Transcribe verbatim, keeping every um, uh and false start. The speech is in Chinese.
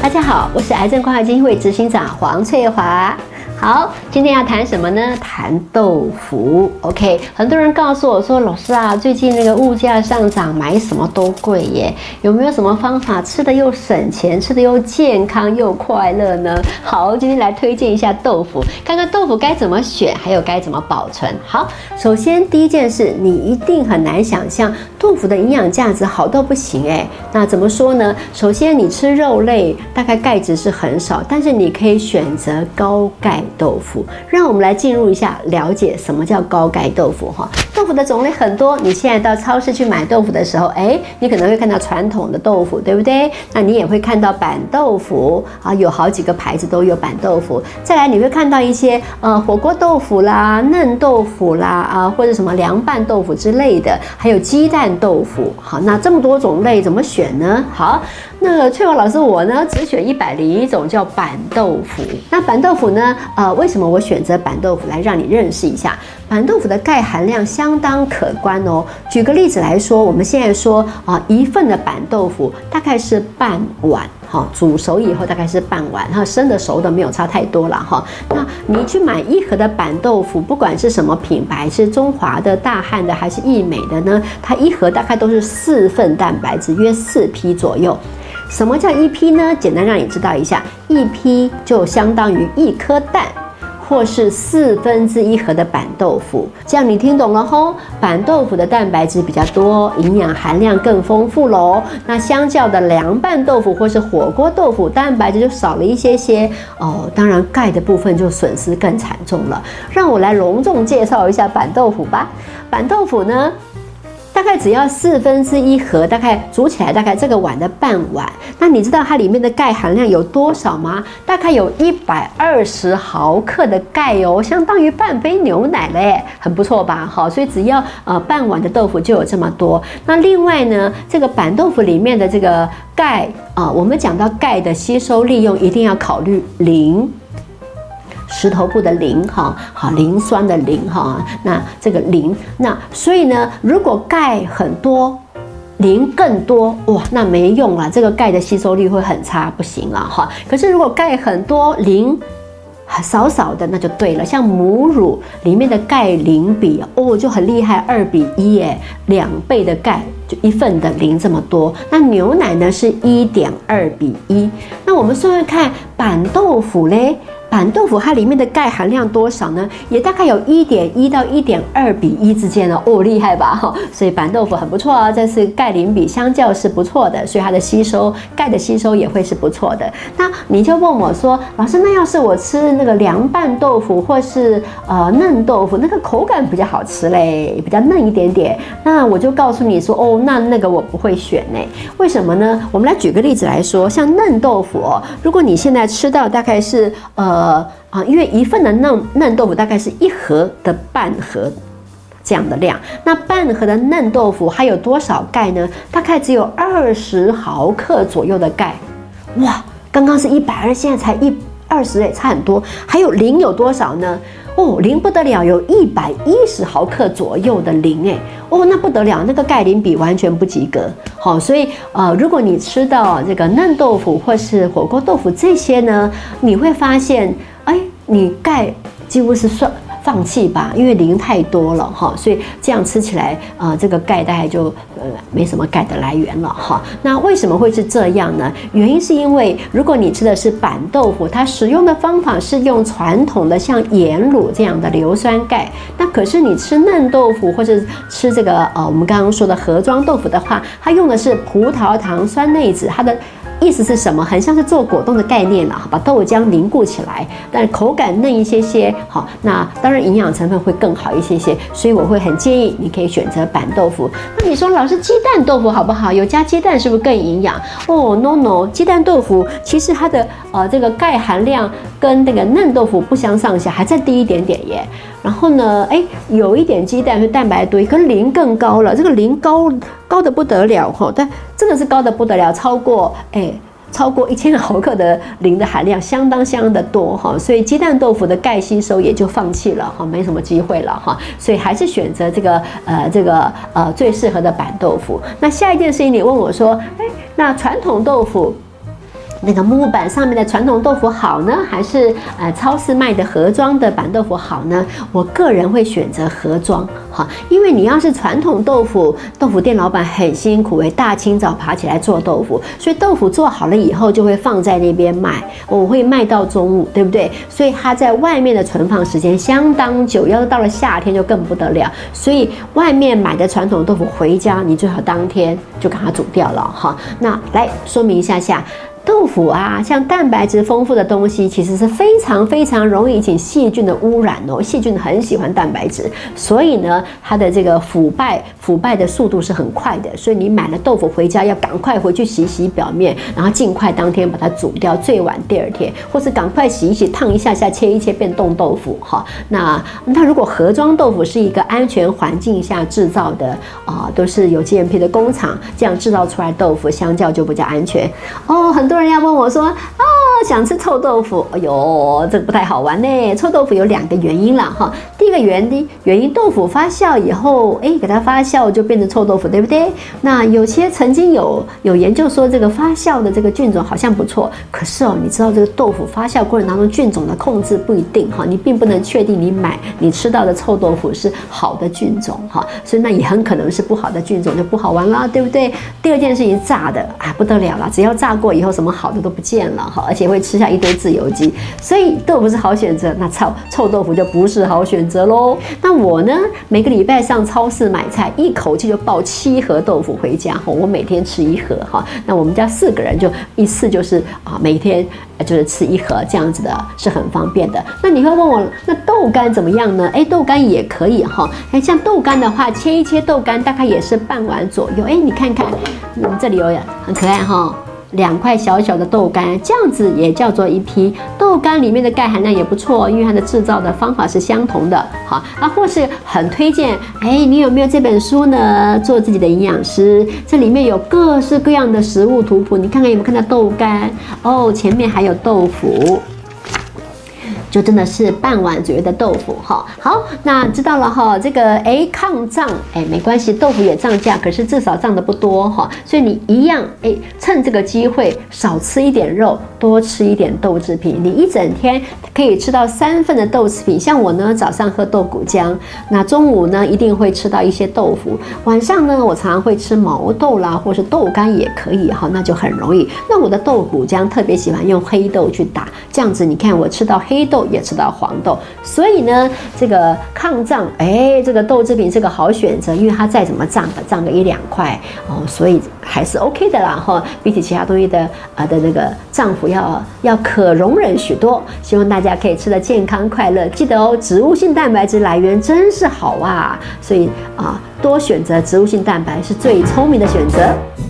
家好，我是癌症关怀基金会执行长黄翠华。好，今天要谈什么呢？谈豆腐。OK， 很多人告诉我说，老师啊，最近那个物价上涨，买什么都贵耶，有没有什么方法吃的又省钱，吃的又健康又快乐呢？好，今天来推荐一下豆腐，看看豆腐该怎么选，还有该怎么保存。好，首先第一件事，你一定很难想象豆腐的营养价值好到不行哎。那怎么说呢？首先你吃肉类，大概钙质是很少，但是你可以选择高钙豆腐。让我们来进入一下了解什么叫高钙豆腐哈。豆腐的种类很多，你现在到超市去买豆腐的时候，哎，你可能会看到传统的豆腐，对不对？那你也会看到板豆腐啊，有好几个牌子都有板豆腐。再来你会看到一些呃火锅豆腐啦、嫩豆腐啦啊，或者什么凉拌豆腐之类的，还有鸡蛋豆腐。好，那这么多种类怎么选呢？好，那个翠华老师我呢只选一百零一种叫板豆腐。那板豆腐呢，呃，为什么我选择板豆腐来让你认识一下？板豆腐的钙含量相当可观哦。举个例子来说，我们现在说啊，一份的板豆腐大概是半碗。好，煮熟以后大概是半碗，哈，生的熟的没有差太多了哈。那你去买一盒的板豆腐，不管是什么品牌，是中华的、大汉的还是益美的呢？它一盒大概都是四份蛋白质，约四批左右。什么叫一批呢？简单让你知道一下，一批就相当于一颗蛋。或是四分之一盒的板豆腐，这样你听懂了吼？板豆腐的蛋白质比较多，营养含量更丰富喽。那相较的凉拌豆腐或是火锅豆腐，蛋白质就少了一些些哦。当然钙的部分就损失更惨重了。让我来隆重介绍一下板豆腐吧。板豆腐呢，大概只要四分之一盒，大概煮起来大概这个碗的半碗。那你知道它里面的钙含量有多少吗？大概有一百二十毫克的钙哦，相当于半杯牛奶嘞，很不错吧？好，所以只要呃半碗的豆腐就有这么多。那另外呢，这个板豆腐里面的这个钙啊、呃，我们讲到钙的吸收利用，一定要考虑磷。石头部的磷哈，好，磷酸的磷哈，那这个磷，那所以呢，如果钙很多，磷更多，哇，那没用了，这个钙的吸收率会很差，不行了哈。可是如果钙很多，磷少少的，那就对了。像母乳里面的钙磷比哦就很厉害，二比一耶，两倍的钙就一份的磷这么多。那牛奶呢是一点二比一。那我们算算看，板豆腐嘞。板豆腐它里面的钙含量多少呢？也大概有一点一到一点二比一之间哦，哦，厉害吧？哈，所以板豆腐很不错啊，这是钙磷比相较是不错的，所以它的吸收钙的吸收也会是不错的。那你就问我说，老师，那要是我吃那个凉拌豆腐或是呃嫩豆腐，那个口感比较好吃嘞，比较嫩一点点，那我就告诉你说，哦，那那个我不会选呢。为什么呢？我们来举个例子来说，像嫩豆腐哦，如果你现在吃到大概是呃。呃啊，因为一份的嫩嫩豆腐大概是一盒的半盒这样的量，那半盒的嫩豆腐还有多少钙呢？大概只有二十毫克左右的钙。哇，刚刚是一百二，现在才一二十，哎，差很多。还有磷有多少呢？哦，磷不得了，有一百一十毫克左右的磷，哎，哦，那不得了，那个钙磷比完全不及格。好，所以呃，如果你吃到这个嫩豆腐或是火锅豆腐这些呢，你会发现，哎，你钙几乎是算放弃吧，因为磷太多了哈，所以这样吃起来，呃，这个钙大概就呃没什么钙的来源了哈。那为什么会是这样呢？原因是因为如果你吃的是板豆腐，它使用的方法是用传统的像盐卤这样的硫酸钙，那可是你吃嫩豆腐或者吃这个呃我们刚刚说的盒装豆腐的话，它用的是葡萄糖酸内酯，它的意思是什么？很像是做果冻的概念啦，把豆浆凝固起来，但口感嫩一些些。好，那当然营养成分会更好一些些，所以我会很建议你可以选择板豆腐。那你说老师鸡蛋豆腐好不好？有加鸡蛋是不是更营养？哦 ，no no， 鸡蛋豆腐其实它的呃这个钙含量跟那个嫩豆腐不相上下，还再低一点点耶。然后呢，哎，有一点鸡蛋是蛋白多，可是磷更高了，这个磷高高的不得了哈，但真的是高的不得了，超过哎。超过一千毫克的磷的含量，相当相当的多哈，所以鸡蛋豆腐的钙吸收也就放弃了哈，没什么机会了哈，所以还是选择这个呃这个呃最适合的板豆腐。那下一件事情，你问我说，哎，那传统豆腐那个木板上面的传统豆腐好呢，还是呃超市卖的盒装的板豆腐好呢？我个人会选择盒装，哈，因为你要是传统豆腐，豆腐店老板很辛苦，会大清早爬起来做豆腐，所以豆腐做好了以后就会放在那边卖，我会卖到中午，对不对？所以它在外面的存放时间相当久，要是到了夏天就更不得了。所以外面买的传统豆腐回家，你最好当天就把它煮掉了，哈。那来说明一下下。豆腐啊，像蛋白质丰富的东西，其实是非常非常容易引起细菌的污染哦。细菌很喜欢蛋白质，所以呢，它的这个腐败腐败的速度是很快的。所以你买了豆腐回家，要赶快回去洗洗表面，然后尽快当天把它煮掉，最晚第二天，或是赶快洗一洗，烫一下下，切一切变冻豆腐哈。那那如果盒装豆腐是一个安全环境下制造的啊、呃，都是有 G M P 的工厂这样制造出来豆腐，相较就比较安全哦。很多人要问我说啊，想吃臭豆腐，哎呦，这个不太好玩呢。臭豆腐有两个原因啦，哈。第一个原因，原因豆腐发酵以后，哎，给它发酵就变成臭豆腐，对不对？那有些曾经有有研究说，这个发酵的这个菌种好像不错，可是哦，你知道这个豆腐发酵过程当中菌种的控制不一定哈，你并不能确定你买你吃到的臭豆腐是好的菌种哈，所以那也很可能是不好的菌种，就不好玩啦，对不对？第二件事情，炸的啊不得了啦，只要炸过以后，什么好的都不见了哈，而且会吃下一堆自由基，所以豆腐是好选择，那臭臭豆腐就不是好选择喽。那我呢，每个礼拜上超市买菜，一口气就抱七盒豆腐回家，我每天吃一盒哈。那我们家四个人就一次就是啊，每天就是吃一盒，这样子的是很方便的。那你会问我，那豆干怎么样呢？哎，豆干也可以哈。哎，像豆干的话，切一切豆干大概也是半碗左右。哎，你看看，嗯，这里有很可爱哈。两块小小的豆干，这样子也叫做一批豆干，里面的钙含量也不错，因为它的制造的方法是相同的。好，那或是很推荐，哎，你有没有这本书呢？做自己的营养师，这里面有各式各样的食物图谱，你看看有没有看到豆干？哦，前面还有豆腐。就真的是半碗左右的豆腐哈。好，那知道了哈。这个哎抗胀哎没关系，豆腐也涨价，可是至少涨得不多哈。所以你一样哎，趁这个机会少吃一点肉，多吃一点豆制品。你一整天可以吃到三份的豆制品。像我呢，早上喝豆谷浆，那中午呢一定会吃到一些豆腐，晚上呢我常常会吃毛豆啦，或是豆干也可以哈，那就很容易。那我的豆谷浆特别喜欢用黑豆去打，这样子你看我吃到黑豆。也吃到黄豆，所以呢，这个抗胀，哎，这个豆制品是个好选择，因为它再怎么胀的，胀个一两块哦，所以还是 OK 的啦哈。比起其他东西的呃的那个涨幅要要可容忍许多。希望大家可以吃得健康快乐，记得哦，植物性蛋白质来源真是好啊，所以啊，多选择植物性蛋白是最聪明的选择。